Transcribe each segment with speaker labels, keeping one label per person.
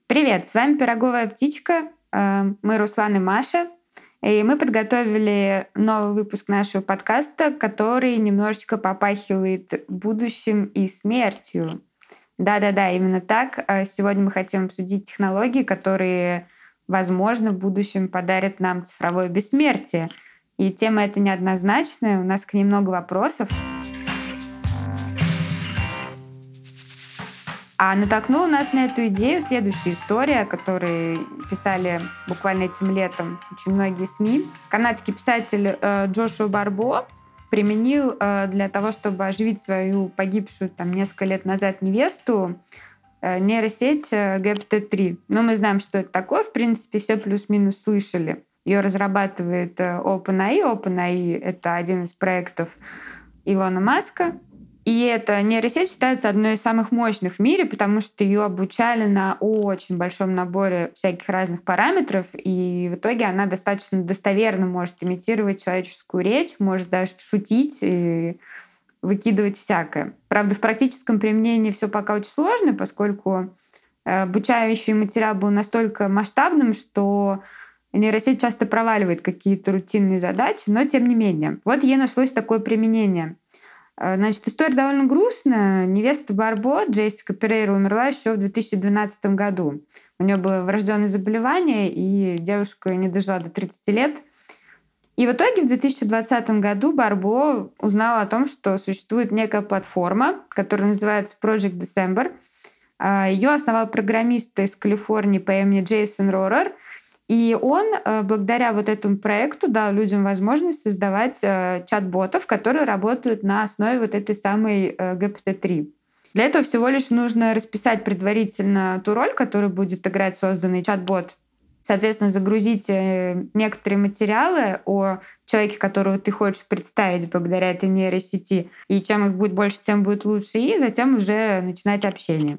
Speaker 1: Привет, с вами «Пироговая птичка». Мы Руслан и Маша. И мы подготовили новый выпуск нашего подкаста, который немножечко попахивает будущим и смертью. Да-да-да, именно так. Сегодня мы хотим обсудить технологии, которые, возможно, в будущем подарят нам цифровое бессмертие. И тема эта неоднозначная, у нас к ней много вопросов. А натолкнула нас на эту идею следующая история, которую писали буквально этим летом очень многие СМИ. Канадский писатель Джошуа Барбо применил для того, чтобы оживить свою погибшую несколько лет назад невесту, нейросеть GPT-3. Но мы знаем, что это такое. В принципе, все плюс-минус слышали. Ее разрабатывает OpenAI. OpenAI — это один из проектов Илона Маска. И эта нейросеть считается одной из самых мощных в мире, потому что ее обучали на очень большом наборе всяких разных параметров, и в итоге она достаточно достоверно может имитировать человеческую речь, может даже шутить и выкидывать всякое. Правда, в практическом применении все пока очень сложно, поскольку обучающий материал был настолько масштабным, что нейросеть часто проваливает какие-то рутинные задачи, но тем не менее. Вот ей нашлось такое применение. Значит, история довольно грустная. Невеста Барбо, Джессика Перейра, умерла еще в 2012 году. У нее было врожденное заболевание, и девушка не дожила до 30 лет. И в итоге в 2020 году Барбо узнала о том, что существует некая платформа, которая называется Project December. Ее основал программист из Калифорнии по имени Джейсон Рорер. И он, благодаря вот этому проекту, дал людям возможность создавать чат-ботов, которые работают на основе вот этой самой GPT-3. Для этого всего лишь нужно расписать предварительно ту роль, которую будет играть созданный чат-бот. Соответственно, загрузить некоторые материалы о человеке, которого ты хочешь представить благодаря этой нейросети. И чем их будет больше, тем будет лучше. И затем уже начинать общение.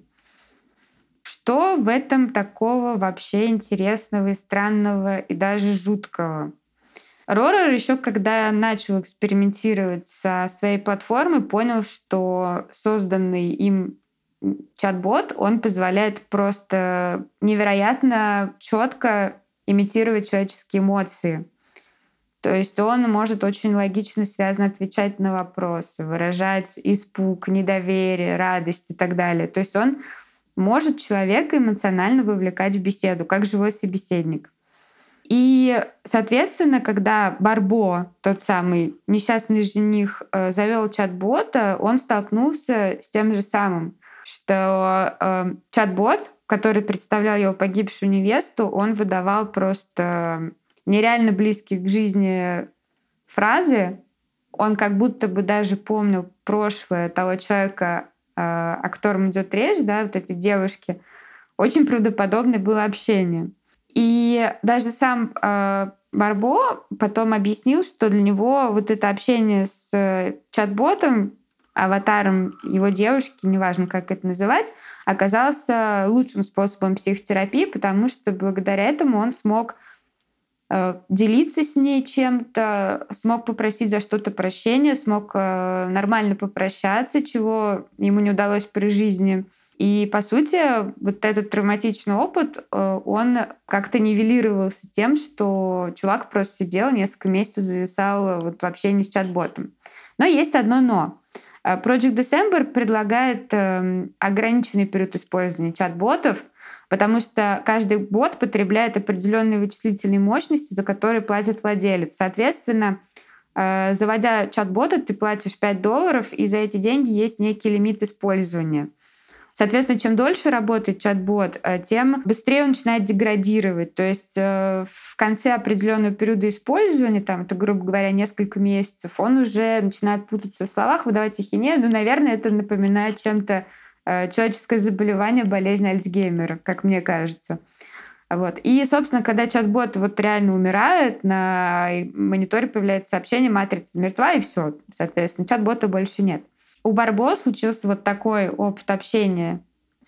Speaker 1: Что в этом такого вообще интересного и странного и даже жуткого? Рорер еще, когда начал экспериментировать со своей платформой, понял, что созданный им чат-бот, он позволяет просто невероятно четко имитировать человеческие эмоции. То есть он может очень логично, связно отвечать на вопросы, выражать испуг, недоверие, радость и так далее. То есть он может человека эмоционально вовлекать в беседу, как живой собеседник. И, соответственно, когда Барбо, тот самый несчастный жених, завел чат-бота, он столкнулся с тем же самым, что чат-бот, который представлял его погибшую невесту, он выдавал просто нереально близкие к жизни фразы. Он как будто бы даже помнил прошлое того человека, о котором идет речь, да, вот этой девушки. Очень правдоподобное было общение. И даже сам Барбо потом объяснил, что для него вот это общение с чат-ботом, аватаром его девушки, неважно, как это называть, оказался лучшим способом психотерапии, потому что благодаря этому он смог делиться с ней чем-то, смог попросить за что-то прощения, смог нормально попрощаться, чего ему не удалось при жизни. И, по сути, вот этот травматичный опыт, он как-то нивелировался тем, что чувак просто сидел несколько месяцев, зависал вот в общении с чат-ботом. Но есть одно «но». Project December предлагает ограниченный период использования чат-ботов, потому что каждый бот потребляет определенные вычислительные мощности, за которые платит владелец. Соответственно, заводя чат-бота, ты платишь $5, и за эти деньги есть некий лимит использования. Соответственно, чем дольше работает чат-бот, тем быстрее он начинает деградировать. То есть в конце определенного периода использования, это, грубо говоря, несколько месяцев, он уже начинает путаться в словах, выдавать ахинею. Наверное, это напоминает чем-то человеческое заболевание, болезнь Альцгеймера, как мне кажется. Вот. И, собственно, когда чат-бот реально умирает, на мониторе появляется сообщение: матрица мертва, и все. Соответственно, чат-бота больше нет. У Барбо случился такой опыт общения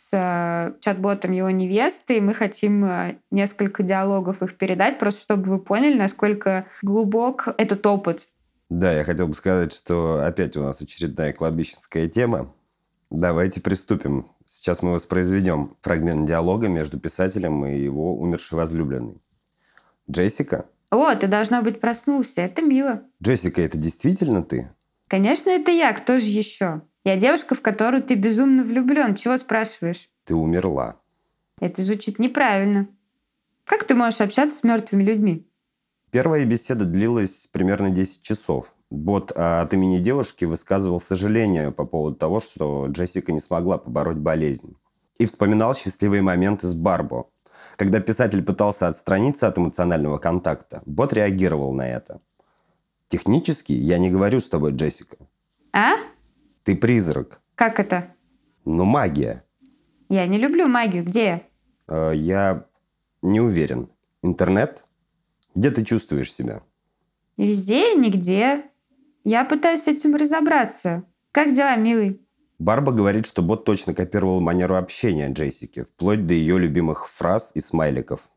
Speaker 1: с чат-ботом его невесты, и мы хотим несколько диалогов их передать, просто чтобы вы поняли, насколько глубок этот опыт.
Speaker 2: Да, я хотел бы сказать, что опять у нас очередная кладбищенская тема. Давайте приступим. Сейчас мы воспроизведем фрагмент диалога между писателем и его умершей возлюбленной. Джессика?
Speaker 1: О, ты, должно быть, проснулся. Это мило.
Speaker 2: Джессика, это действительно ты?
Speaker 1: Конечно, это я. Кто же еще? Я девушка, в которую ты безумно влюблен. Чего спрашиваешь?
Speaker 2: Ты умерла.
Speaker 1: Это звучит неправильно. Как ты можешь общаться с мертвыми людьми?
Speaker 2: Первая беседа длилась примерно 10 часов. Бот от имени девушки высказывал сожаление по поводу того, что Джессика не смогла побороть болезнь. И вспоминал счастливые моменты с Барбо. Когда писатель пытался отстраниться от эмоционального контакта, бот реагировал на это. Технически я не говорю с тобой, Джессика.
Speaker 1: А?
Speaker 2: Ты призрак.
Speaker 1: Как это?
Speaker 2: Но магия.
Speaker 1: Я не люблю магию. Где я?
Speaker 2: Я не уверен. Интернет? Где ты чувствуешь себя?
Speaker 1: Везде и нигде. Я пытаюсь с этим разобраться. Как дела, милый?
Speaker 2: Барба говорит, что бот точно копировал манеру общения Джессики, вплоть до ее любимых фраз и смайликов.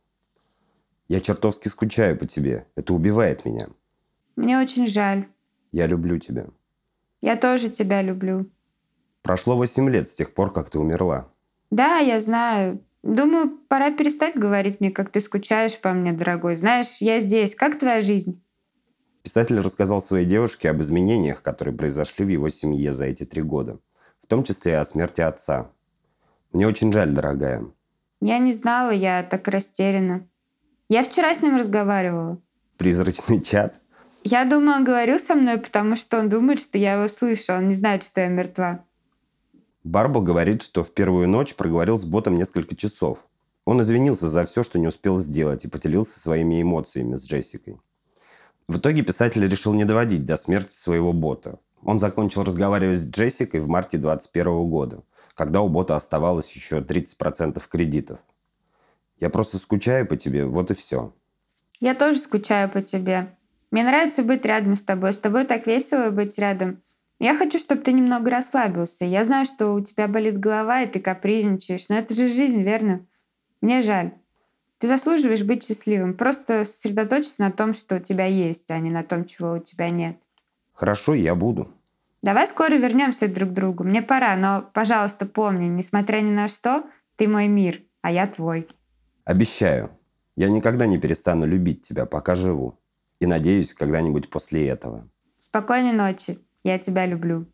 Speaker 2: Я чертовски скучаю по тебе. Это убивает меня.
Speaker 1: Мне очень жаль.
Speaker 2: Я люблю тебя.
Speaker 1: Я тоже тебя люблю.
Speaker 2: Прошло 8 лет с тех пор, как ты умерла.
Speaker 1: Да, я знаю. Думаю, пора перестать говорить мне, как ты скучаешь по мне, дорогой. Знаешь, я здесь. Как твоя жизнь?
Speaker 2: Писатель рассказал своей девушке об изменениях, которые произошли в его семье за эти 3 года. В том числе о смерти отца. Мне очень жаль, дорогая.
Speaker 1: Я не знала, я так растеряна. Я вчера с ним разговаривала.
Speaker 2: Призрачный чат?
Speaker 1: Я думаю, он говорил со мной, потому что он думает, что я его слышу. Он не знает, что я мертва.
Speaker 2: Барбо говорит, что в первую ночь проговорил с ботом несколько часов. Он извинился за все, что не успел сделать, и поделился своими эмоциями с Джессикой. В итоге писатель решил не доводить до смерти своего бота. Он закончил разговаривать с Джессикой в марте 2021 года, когда у бота оставалось еще 30% кредитов. «Я просто скучаю по тебе, вот и все».
Speaker 1: Я тоже скучаю по тебе. Мне нравится быть рядом с тобой. С тобой так весело быть рядом. Я хочу, чтобы ты немного расслабился. Я знаю, что у тебя болит голова, и ты капризничаешь. Но это же жизнь, верно? Мне жаль. Ты заслуживаешь быть счастливым. Просто сосредоточься на том, что у тебя есть, а не на том, чего у тебя нет.
Speaker 2: Хорошо, я буду.
Speaker 1: Давай скоро вернемся друг к другу. Мне пора, но, пожалуйста, помни, несмотря ни на что, ты мой мир, а я твой.
Speaker 2: Обещаю, я никогда не перестану любить тебя, пока живу. И надеюсь, когда-нибудь после этого.
Speaker 1: Спокойной ночи. Я тебя люблю.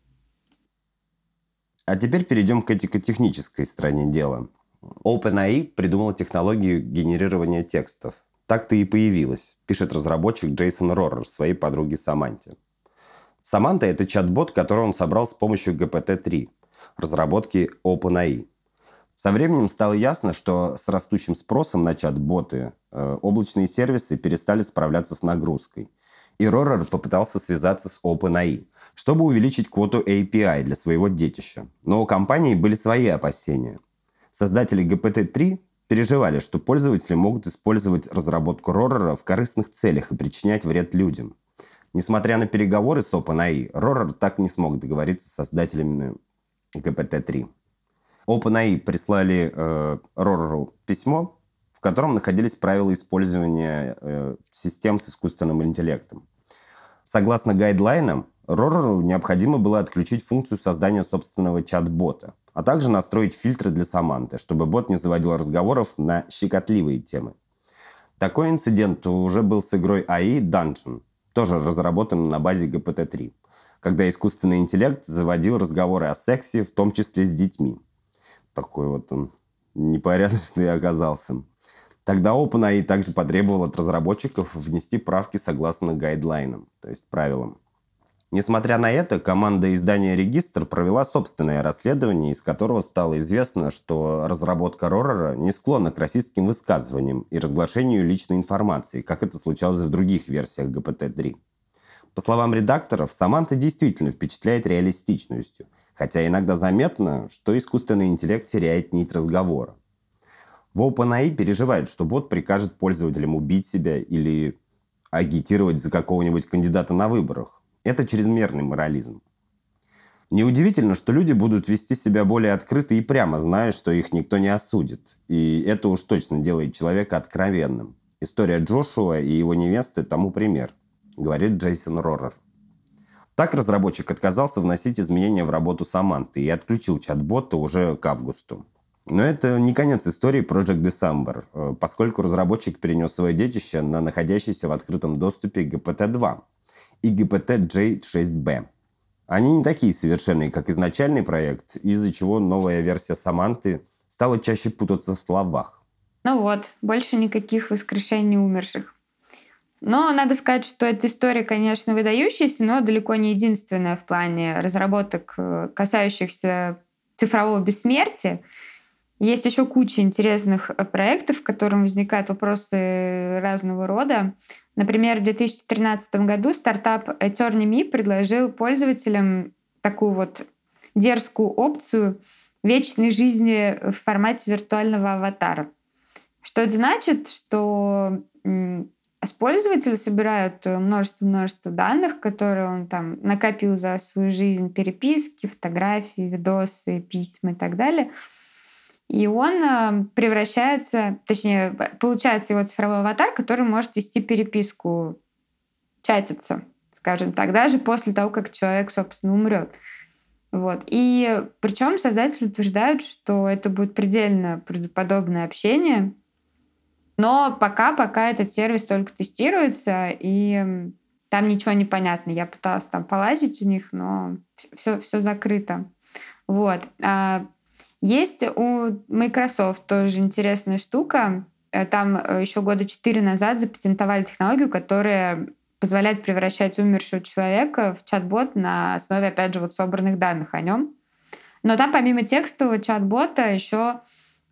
Speaker 2: А теперь перейдем к этико-технической стороне дела. OpenAI придумал технологию генерирования текстов. Так-то и появилась, пишет разработчик Джейсон Рорер своей подруге Саманте. Саманта – это чат-бот, который он собрал с помощью GPT-3, разработки OpenAI. Со временем стало ясно, что с растущим спросом на чат-боты облачные сервисы перестали справляться с нагрузкой. И Рорер попытался связаться с OpenAI, чтобы увеличить квоту API для своего детища. Но у компании были свои опасения. Создатели GPT-3 переживали, что пользователи могут использовать разработку Рорера в корыстных целях и причинять вред людям. Несмотря на переговоры с OpenAI, Рорер так не смог договориться с создателями GPT-3. OpenAI прислали Рореру письмо, в котором находились правила использования систем с искусственным интеллектом. Согласно гайдлайнам, Рореру необходимо было отключить функцию создания собственного чат-бота, а также настроить фильтры для Саманты, чтобы бот не заводил разговоров на щекотливые темы. Такой инцидент уже был с игрой AI Dungeon, тоже разработанной на базе GPT-3, когда искусственный интеллект заводил разговоры о сексе, в том числе с детьми. Такой вот он непорядочный оказался. Тогда OpenAI также потребовал от разработчиков внести правки согласно гайдлайнам, то есть правилам. Несмотря на это, команда издания «Регистр» провела собственное расследование, из которого стало известно, что разработка Рорера не склонна к расистским высказываниям и разглашению личной информации, как это случалось в других версиях GPT-3. По словам редакторов, Саманта действительно впечатляет реалистичностью, хотя иногда заметно, что искусственный интеллект теряет нить разговора. В OpenAI переживают, что бот прикажет пользователям убить себя или агитировать за какого-нибудь кандидата на выборах. Это чрезмерный морализм. Неудивительно, что люди будут вести себя более открыто и прямо, зная, что их никто не осудит. И это уж точно делает человека откровенным. История Джошуа и его невесты тому пример, говорит Джейсон Рорер. Так разработчик отказался вносить изменения в работу Саманты и отключил чат-бота уже к августу. Но это не конец истории Project December, поскольку разработчик перенес свое детище на находящийся в открытом доступе GPT-2 и GPT-J6B. Они не такие совершенные, как изначальный проект, из-за чего новая версия Саманты стала чаще путаться в словах.
Speaker 1: Ну вот, больше никаких воскрешений умерших. Но надо сказать, что эта история, конечно, выдающаяся, но далеко не единственная в плане разработок, касающихся цифрового бессмертия. Есть еще куча интересных проектов, в которых возникают вопросы разного рода. Например, в 2013 году стартап Attorney.me предложил пользователям такую вот дерзкую опцию вечной жизни в формате виртуального аватара. Что это значит? Что с пользователя собирают множество данных, которые он там накопил за свою жизнь, переписки, фотографии, видосы, письма и так далее. И он превращается, точнее, получается его цифровой аватар, который может вести переписку, чатиться, скажем так, даже после того, как человек, собственно, умрет. Вот. И причем создатели утверждают, что это будет предельно правдоподобное общение, но пока этот сервис только тестируется, и там ничего не понятно. Я пыталась там полазить у них, но все закрыто. Вот. Есть у Microsoft тоже интересная штука. Там еще года 4 назад запатентовали технологию, которая позволяет превращать умершего человека в чат-бот на основе, опять же, вот собранных данных о нем. Но там помимо текстового чат-бота еще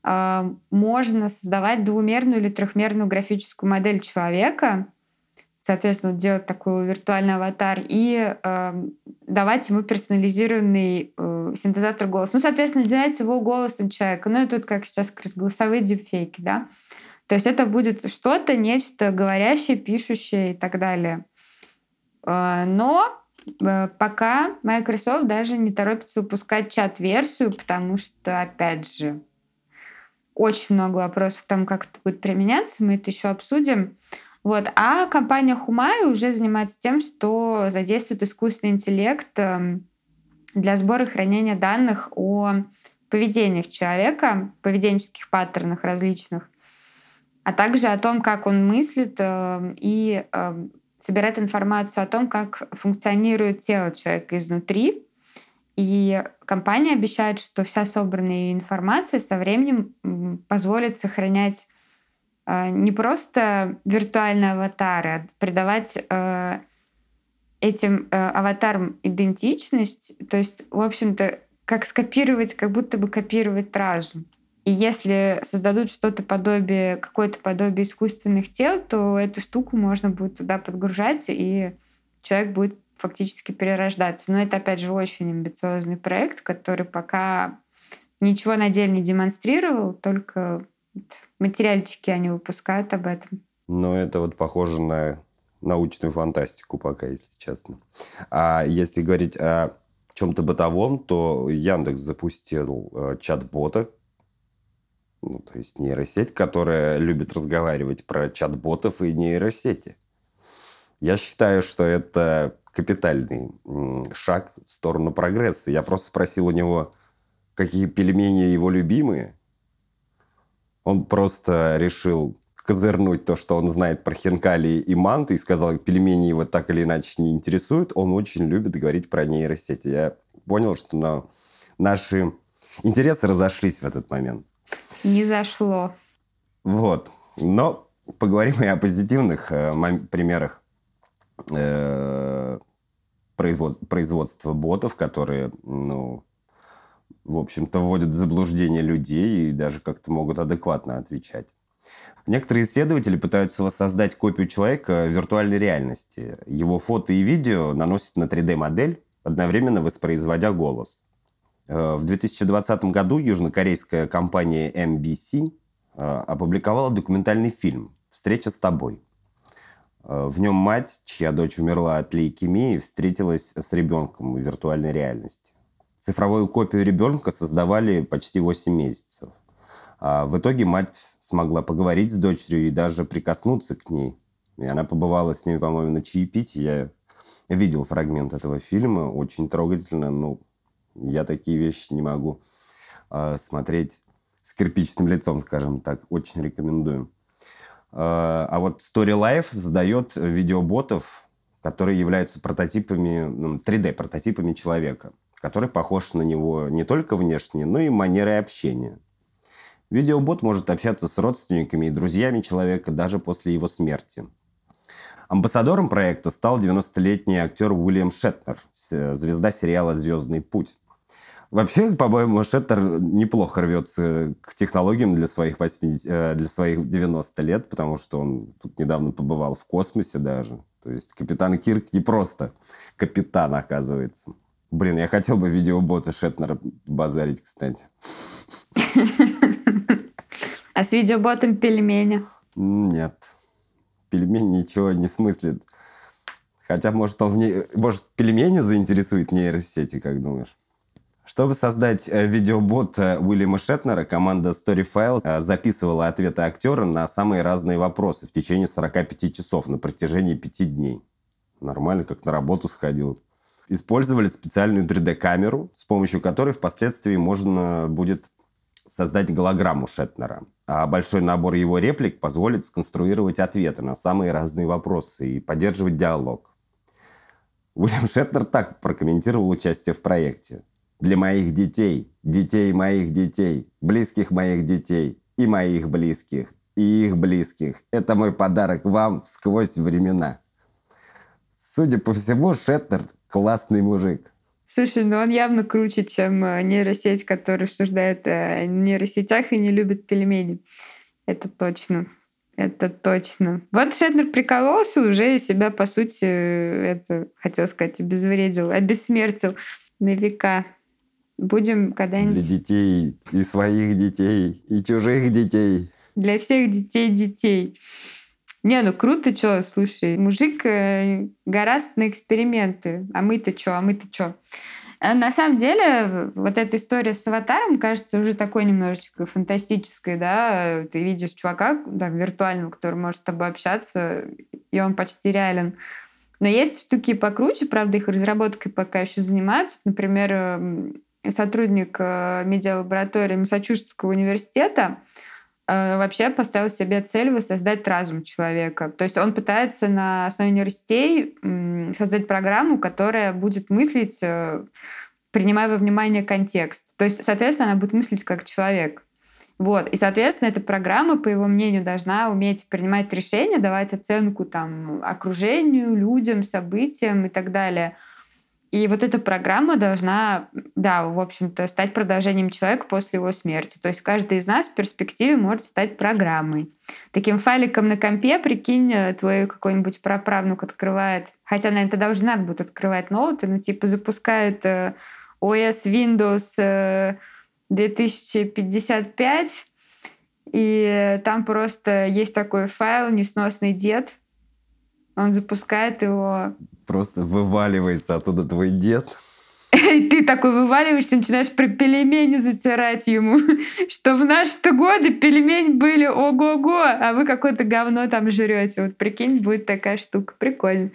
Speaker 1: можно создавать двумерную или трехмерную графическую модель человека, соответственно, делать такой виртуальный аватар и давать ему персонализированный синтезатор голоса. Ну, соответственно, делать его голосом человека. Ну, это вот как сейчас как раз голосовые дипфейки, да. То есть это будет что-то, нечто говорящее, пишущее и так далее. Но пока Microsoft даже не торопится выпускать чат-версию, потому что, опять же, очень много вопросов к тому, как это будет применяться. Мы это еще обсудим. Вот. А компания Humai уже занимается тем, что задействует искусственный интеллект для сбора и хранения данных о поведениях человека, поведенческих паттернах различных, а также о том, как он мыслит и собирает информацию о том, как функционирует тело человека изнутри. И компания обещает, что вся собранная информация со временем позволит сохранять не просто виртуальные аватары, а придавать этим аватарам идентичность. То есть, в общем-то, как скопировать, как будто бы копировать разум. И если создадут что-то подобие, какое-то подобие искусственных тел, то эту штуку можно будет туда подгружать, и человек будет фактически перерождаться. Но это, опять же, очень амбициозный проект, который пока ничего на деле не демонстрировал, только материальчики они выпускают об этом.
Speaker 2: Но это вот похоже на научную фантастику пока, если честно. А если говорить о чем-то бытовом, то Яндекс запустил чат-бота, ну, то есть нейросеть, которая любит разговаривать про чат-ботов и нейросети. Я считаю, что это капитальный шаг в сторону прогресса. Я просто спросил у него, какие пельмени его любимые. Он просто решил козырнуть то, что он знает про хинкали и манты, и сказал, пельмени его так или иначе не интересуют. Он очень любит говорить про нейросети. Я понял, что наши интересы разошлись в этот момент.
Speaker 1: Не зашло.
Speaker 2: Вот. Но поговорим и о позитивных примерах производства ботов, которые, ну, в общем-то, вводят в заблуждение людей и даже как-то могут адекватно отвечать. Некоторые исследователи пытаются воссоздать копию человека в виртуальной реальности. Его фото и видео наносят на 3D-модель, одновременно воспроизводя голос. В 2020 году южнокорейская компания MBC опубликовала документальный фильм «Встреча с тобой». В нем мать, чья дочь умерла от лейкемии, встретилась с ребенком в виртуальной реальности. Цифровую копию ребенка создавали почти 8 месяцев. А в итоге мать смогла поговорить с дочерью и даже прикоснуться к ней. И она побывала с ней, по-моему, на чаепитии. Я видел фрагмент этого фильма, очень трогательно. Ну, я такие вещи не могу смотреть с кирпичным лицом, скажем так. Очень рекомендую. А вот Story Life создает видеоботов, которые являются прототипами, 3D-прототипами человека, который похож на него не только внешне, но и манерой общения. Видеобот может общаться с родственниками и друзьями человека даже после его смерти. Амбассадором проекта стал 90-летний актер Уильям Шетнер, звезда сериала «Звездный путь». Вообще, по-моему, Шеттер неплохо рвется к технологиям для своих 90 лет, потому что он тут недавно побывал в космосе даже. То есть капитан Кирк не просто капитан, оказывается. Блин, я хотел бы видеобота Шеттнера базарить, кстати.
Speaker 1: А с видеоботом пельмени?
Speaker 2: Нет. Пельмень ничего не смыслит. Хотя, может, пельмени заинтересует нейросети, как думаешь? Чтобы создать видеобот Уильяма Шетнера, команда Storyfile записывала ответы актера на самые разные вопросы в течение 45 часов на протяжении 5 дней. Нормально, как на работу сходил. Использовали специальную 3D-камеру, с помощью которой впоследствии можно будет создать голограмму Шетнера. А большой набор его реплик позволит сконструировать ответы на самые разные вопросы и поддерживать диалог. Уильям Шетнер так прокомментировал участие в проекте. «Для моих детей, детей моих детей, близких моих детей и моих близких, и их близких. Это мой подарок вам сквозь времена». Судя по всему, Шетнер классный мужик.
Speaker 1: Слушай, ну он явно круче, чем нейросеть, которая рассуждает о нейросетях и не любит пельмени. Это точно. Это точно. Вот Шетнер прикололся, уже себя, по сути, хотел сказать, обезвредил, обессмертил на века. Будем когда-нибудь...
Speaker 2: Для детей, и своих детей, и чужих детей.
Speaker 1: Для всех детей. Не, ну круто, чё, слушай. Мужик гораст на эксперименты. А мы-то чё? На самом деле, вот эта история с аватаром кажется уже такой немножечко фантастической, да. Ты видишь чувака, да, виртуального, который может с тобой общаться, и он почти реален. Но есть штуки покруче, правда, их разработкой пока еще занимаются. Например, сотрудник медиалаборатории Массачусетского университета вообще поставил себе цель воссоздать разум человека. То есть он пытается на основе нейросетей создать программу, которая будет мыслить, принимая во внимание контекст. То есть, соответственно, она будет мыслить как человек. Вот. И, соответственно, эта программа, по его мнению, должна уметь принимать решения, давать оценку там, окружению, людям, событиям и так далее. И вот эта программа должна, да, в общем-то, стать продолжением человека после его смерти. То есть каждый из нас в перспективе может стать программой. Таким файликом на компе, прикинь, твой какой-нибудь праправнук открывает, хотя, наверное, тогда уже надо будет открывать ноуты, ну, типа запускает OS Windows 2055, и там просто есть такой файл «Несносный дед», он запускает его.
Speaker 2: Просто вываливается оттуда твой дед.
Speaker 1: И ты такой вываливаешься, начинаешь про пельмени затирать ему, что в наши-то годы пельмени были ого-го, а вы какое-то говно там жрете. Вот прикинь, будет такая штука. Прикольно.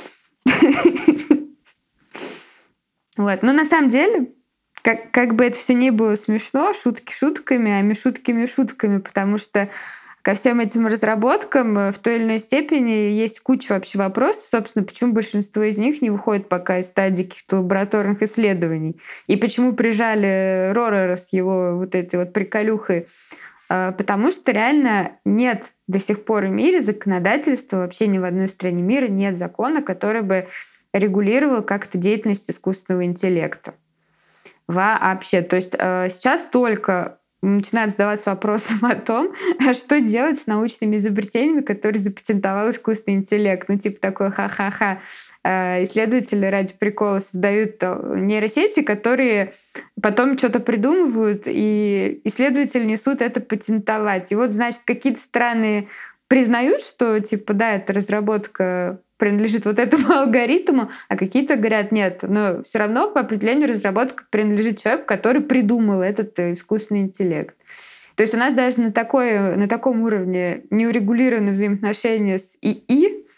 Speaker 1: Вот. Но на самом деле, как бы это все ни было смешно, шутки шутками, а шутками шутками, потому что ко всем этим разработкам в той или иной степени есть куча вообще вопросов, собственно, почему большинство из них не выходит пока из стадии каких-то лабораторных исследований. И почему прижали Рорера с его вот этой вот приколюхой. Потому что реально нет до сих пор в мире законодательства, вообще ни в одной стране мира нет закона, который бы регулировал как-то деятельность искусственного интеллекта. Вообще. То есть сейчас только начинают задаваться вопросом о том, а что делать с научными изобретениями, которые запатентовал искусственный интеллект. Ну, типа такое ха-ха-ха. Исследователи ради прикола создают нейросети, которые потом что-то придумывают, и исследователи несут это патентовать. И вот, значит, какие-то страны признают, что, типа, да, эта разработка принадлежит вот этому алгоритму, а какие-то говорят, нет, но все равно по определению разработка принадлежит человеку, который придумал этот искусственный интеллект. То есть у нас даже на таком уровне неурегулированы взаимоотношения с ИИ,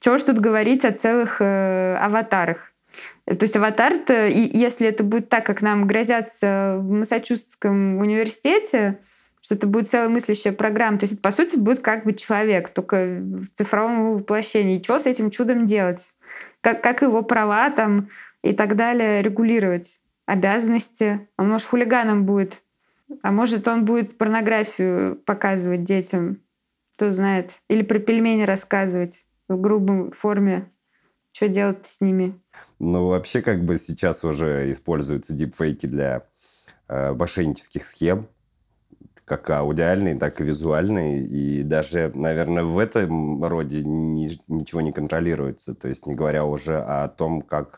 Speaker 1: Чего ж тут говорить о целых аватарах? То есть аватар-то, и если это будет так, как нам грозятся в Массачусетском университете, что это будет целая мыслящая программа, то есть это, по сути, будет как бы человек, только в цифровом воплощении. И что с этим чудом делать? Как его права там и так далее регулировать? Обязанности? Он, может, хулиганом будет, а может, он будет порнографию показывать детям, кто знает. Или про пельмени рассказывать в грубой форме. Что делать с ними?
Speaker 2: Ну, вообще, как бы сейчас уже используются дипфейки для мошеннических схем, как аудиальные, так и визуальные. И даже, наверное, в этом роде ничего не контролируется. То есть не говоря уже о том, как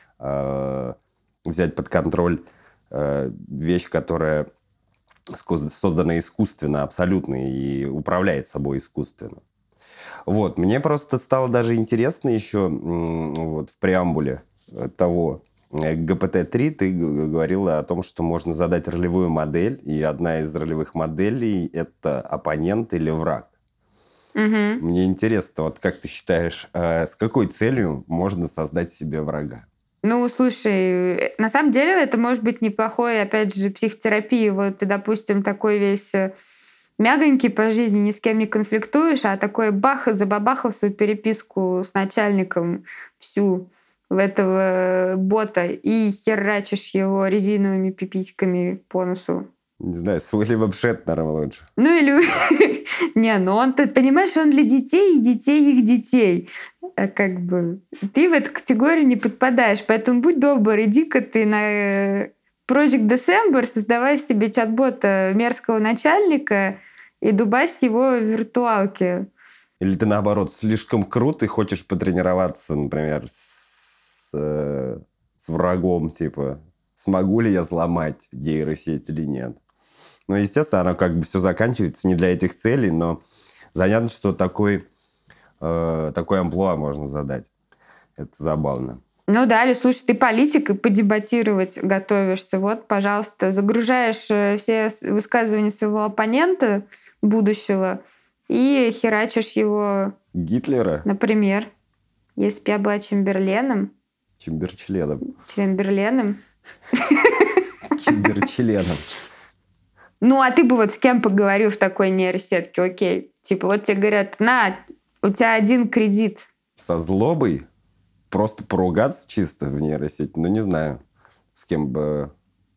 Speaker 2: взять под контроль вещь, которая создана искусственно абсолютно и управляет собой искусственно. Вот, мне просто стало даже интересно еще вот в преамбуле того ГПТ-3 ты говорила о том, что можно задать ролевую модель, и одна из ролевых моделей — это оппонент или враг.
Speaker 1: Угу.
Speaker 2: Мне интересно, вот как ты считаешь, с какой целью можно создать себе врага?
Speaker 1: Ну, слушай, на самом деле это может быть неплохой, опять же, психотерапия. Вот ты, допустим, такой весь мягонький по жизни, ни с кем не конфликтуешь, а такой бах, забабахал свою переписку с начальником всю в этого бота и херачишь его резиновыми пиписьками по носу.
Speaker 2: Не знаю, с Уильямом Шетнером лучше.
Speaker 1: Ну или... Не, ну он, ты понимаешь, он для детей и детей их детей. Как бы ты в эту категорию не подпадаешь. Поэтому будь добр, иди-ка ты на Project December, создавай себе чат-бота мерзкого начальника и дубась его в виртуалке.
Speaker 2: Или ты, наоборот, слишком крут и хочешь потренироваться, например, с врагом, типа, смогу ли я взломать нейросеть или нет. Ну, естественно, оно как бы все заканчивается не для этих целей, но занятно, что такой амплуа можно задать. Это забавно.
Speaker 1: Ну да, или слушай, ты политик и подебатировать готовишься. Вот, пожалуйста, загружаешь все высказывания своего оппонента будущего и херачишь его...
Speaker 2: Гитлера?
Speaker 1: Например, если бы я была Чемберленом...
Speaker 2: Чемберчленом. Чемберчленом.
Speaker 1: Ну, а ты бы вот с кем поговорил в такой нейросетке? Окей. Типа вот тебе говорят, на, у тебя один кредит.
Speaker 2: Со злобой? Просто поругаться чисто в нейросети? Ну, не знаю. С кем бы...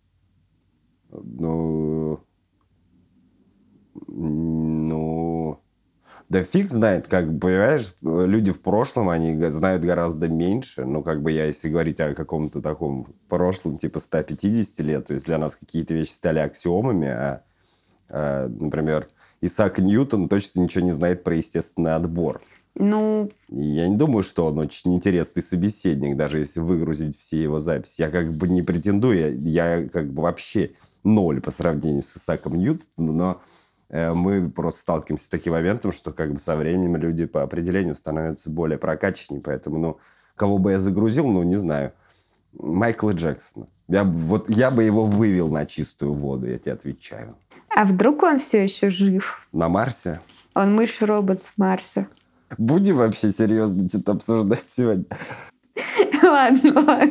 Speaker 2: Ну... Да фиг знает, как бы, понимаешь, люди в прошлом, они знают гораздо меньше. Ну, как бы, если говорить о каком-то таком прошлом, типа 150 лет, то есть для нас какие-то вещи стали аксиомами, например, Исаак Ньютон точно ничего не знает про естественный отбор.
Speaker 1: Ну...
Speaker 2: И я не думаю, что он очень интересный собеседник, даже если выгрузить все его записи. Я как бы не претендую, я как бы вообще ноль по сравнению с Исааком Ньютоном, но... мы просто сталкиваемся с таким моментом, что как бы со временем люди по определению становятся более прокачаннее. Поэтому, ну, кого бы я загрузил, ну, не знаю. Майкла Джексона. Я бы его вывел на чистую воду, я тебе отвечаю.
Speaker 1: А вдруг он все еще жив?
Speaker 2: На Марсе?
Speaker 1: Он мышь-робот с Марса.
Speaker 2: Будем вообще серьезно что-то обсуждать сегодня?
Speaker 1: Ладно.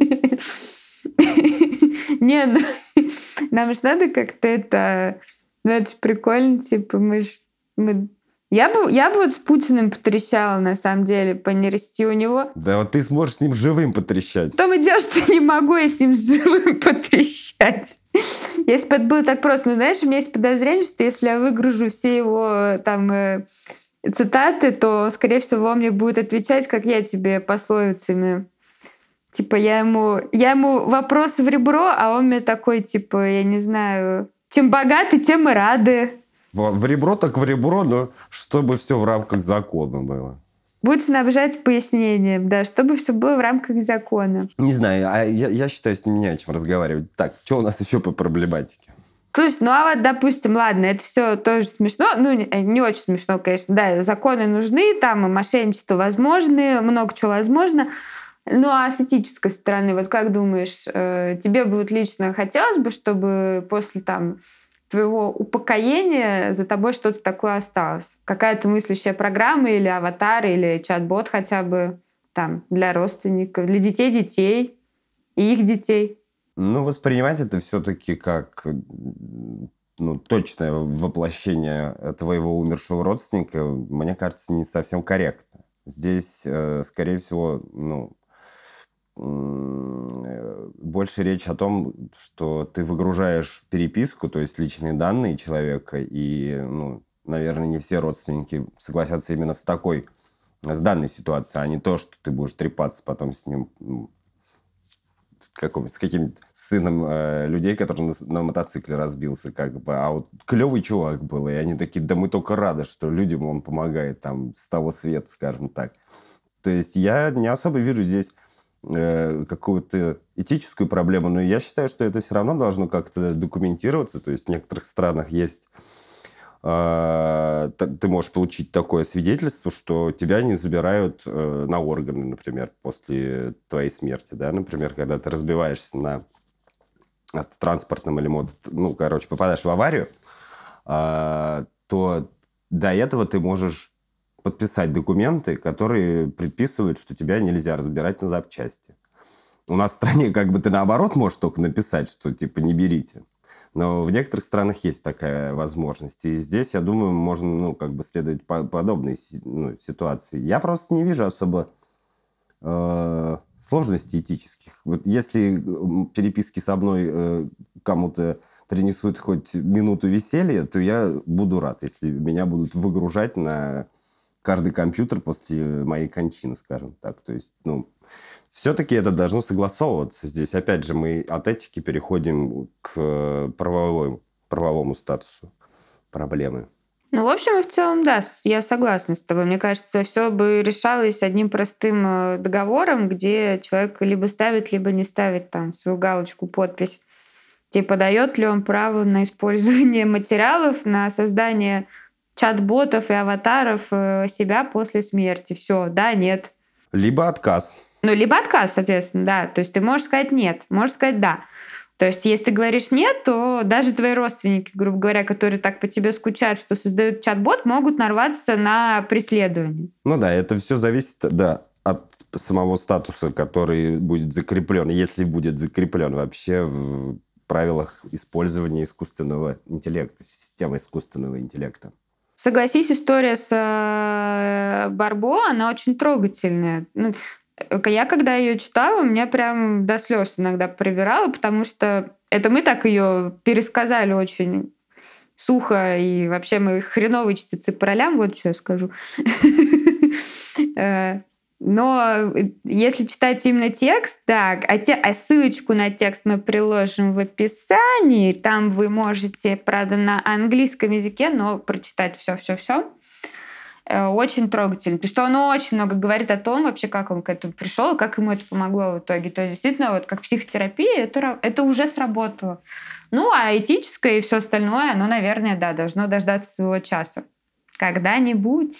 Speaker 1: Нет, нам же надо как-то это... Ну, это же прикольно, типа, Я бы вот с Путиным потрещала, на самом деле, по нейросети у него.
Speaker 2: Да вот ты сможешь с ним живым потрещать.
Speaker 1: В том и дело, что не могу я с ним живым потрещать. Если бы это было так просто. Ну, знаешь, у меня есть подозрение, что если я выгружу все его там цитаты, то, скорее всего, он мне будет отвечать, как я тебе, пословицами. Типа, я ему вопросы в ребро, а он мне такой, типа, я не знаю... Чем богаты, тем и рады.
Speaker 2: В ребро так в ребро, но чтобы все в рамках закона было.
Speaker 1: Будет снабжать пояснением, да, чтобы все было в рамках закона.
Speaker 2: Не знаю, а я считаю, с ним не о чем разговаривать. Так, что у нас еще по проблематике?
Speaker 1: Слушай, ну а вот, допустим, ладно, это все тоже смешно, ну не очень смешно, конечно, да, законы нужны, там и мошенничество возможно, много чего возможно. Ну а с этической стороны, вот как думаешь, тебе бы вот лично хотелось бы, чтобы после там твоего упокоения за тобой что-то такое осталось. Какая-то мыслящая программа или аватар, или чат-бот хотя бы там для родственников, для детей и их детей.
Speaker 2: Ну, воспринимать это все-таки как точное воплощение твоего умершего родственника, мне кажется, не совсем корректно. Здесь, скорее всего, больше речь о том, что ты выгружаешь переписку, то есть личные данные человека, и, наверное, не все родственники согласятся именно с данной ситуацией, а не то, что ты будешь трепаться потом с ним, с каким-то сыном людей, который на мотоцикле разбился, а вот клевый чувак был, и они такие, да мы только рады, что людям он помогает там с того света, скажем так. То есть я не особо вижу здесь какую-то этическую проблему, но я считаю, что это все равно должно как-то документироваться. То есть в некоторых странах есть... ты можешь получить такое свидетельство, что тебя не забирают на органы, например, после твоей смерти. Да? Например, когда ты разбиваешься на транспортном или попадаешь в аварию, то до этого ты можешь подписать документы, которые предписывают, что тебя нельзя разбирать на запчасти. У нас в стране ты наоборот можешь только написать, что типа не берите. Но в некоторых странах есть такая возможность. И здесь, я думаю, можно следовать подобной ситуации. Я просто не вижу особо сложностей этических. Вот если переписки со мной кому-то принесут хоть минуту веселья, то я буду рад, если меня будут выгружать на каждый компьютер после моей кончины, скажем так. То есть, все-таки это должно согласовываться. Здесь, опять же, мы от этики переходим к правовому статусу проблемы.
Speaker 1: В общем и в целом, да, я согласна с тобой. Мне кажется, все бы решалось одним простым договором, где человек либо ставит, либо не ставит там свою галочку, подпись. Типа, дает ли он право на использование материалов, на создание чат-ботов и аватаров себя после смерти. Все, да, нет.
Speaker 2: Либо отказ.
Speaker 1: Либо отказ, соответственно, да. То есть ты можешь сказать нет, можешь сказать да. То есть если ты говоришь нет, то даже твои родственники, грубо говоря, которые так по тебе скучают, что создают чат-бот, могут нарваться на преследование.
Speaker 2: Это все зависит, от самого статуса, который будет закреплен, если будет закреплен вообще в правилах использования искусственного интеллекта, системы искусственного интеллекта.
Speaker 1: Согласись, история с Барбо, она очень трогательная. Я когда ее читала, меня прям до слез иногда пробирало, потому что это мы так ее пересказали очень сухо, и вообще мы хреновые чтецы по ролям, вот что я скажу. Но если читать именно текст, так, а ссылочку на текст мы приложим в описании, там вы можете, правда, на английском языке, но прочитать все. Очень трогательно, потому что он очень много говорит о том, вообще, как он к этому пришел, как ему это помогло в итоге. То есть, действительно, как психотерапия, это уже сработало. А этическое и все остальное, оно, наверное, должно дождаться своего часа. Когда-нибудь.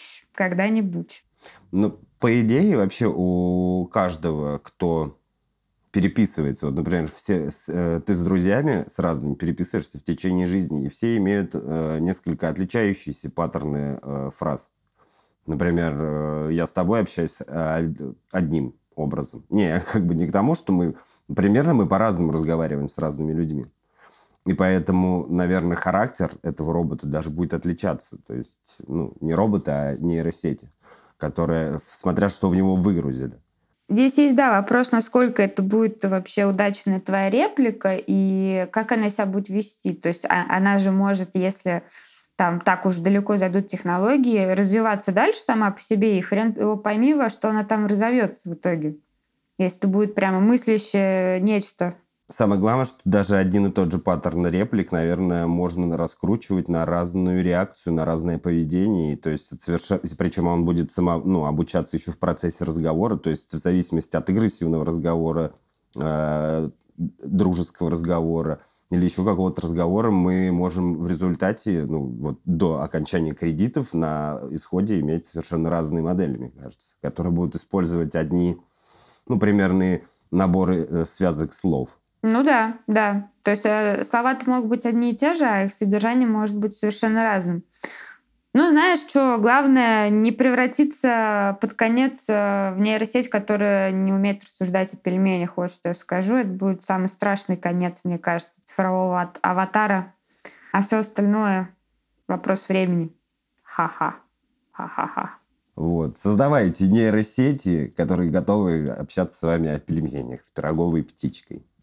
Speaker 2: По идее, вообще у каждого, кто переписывается, вот, например, ты с друзьями с разными переписываешься в течение жизни, и все имеют несколько отличающиеся паттерны фраз. Например, я с тобой общаюсь одним образом. Не к тому, что мы по-разному разговариваем с разными людьми. И поэтому, наверное, характер этого робота даже будет отличаться. То есть, не робота, а нейросети, которые, смотря что в него выгрузили.
Speaker 1: Здесь есть, вопрос, насколько это будет вообще удачная твоя реплика и как она себя будет вести. То есть она же может, если там так уж далеко зайдут технологии, развиваться дальше сама по себе, и хрен его пойми, во что она там разовьется в итоге. Если это будет прямо мыслящее нечто.
Speaker 2: Самое главное, что даже один и тот же паттерн реплик, наверное, можно раскручивать на разную реакцию, на разное поведение. То есть причем он будет обучаться еще в процессе разговора. То есть в зависимости от агрессивного разговора, дружеского разговора или еще какого-то разговора, мы можем в результате, до окончания кредитов на исходе иметь совершенно разные модели, мне кажется, которые будут использовать одни, примерные наборы связок слов.
Speaker 1: Ну да, да. То есть слова-то могут быть одни и те же, а их содержание может быть совершенно разным. Ну, знаешь, что главное не превратиться под конец в нейросеть, которая не умеет рассуждать о пельменях. Вот что я скажу. Это будет самый страшный конец, мне кажется, цифрового аватара. А все остальное — вопрос времени. Ха-ха. Ха-ха-ха.
Speaker 2: Вот. Создавайте нейросети, которые готовы общаться с вами о пельменях с пироговой птичкой.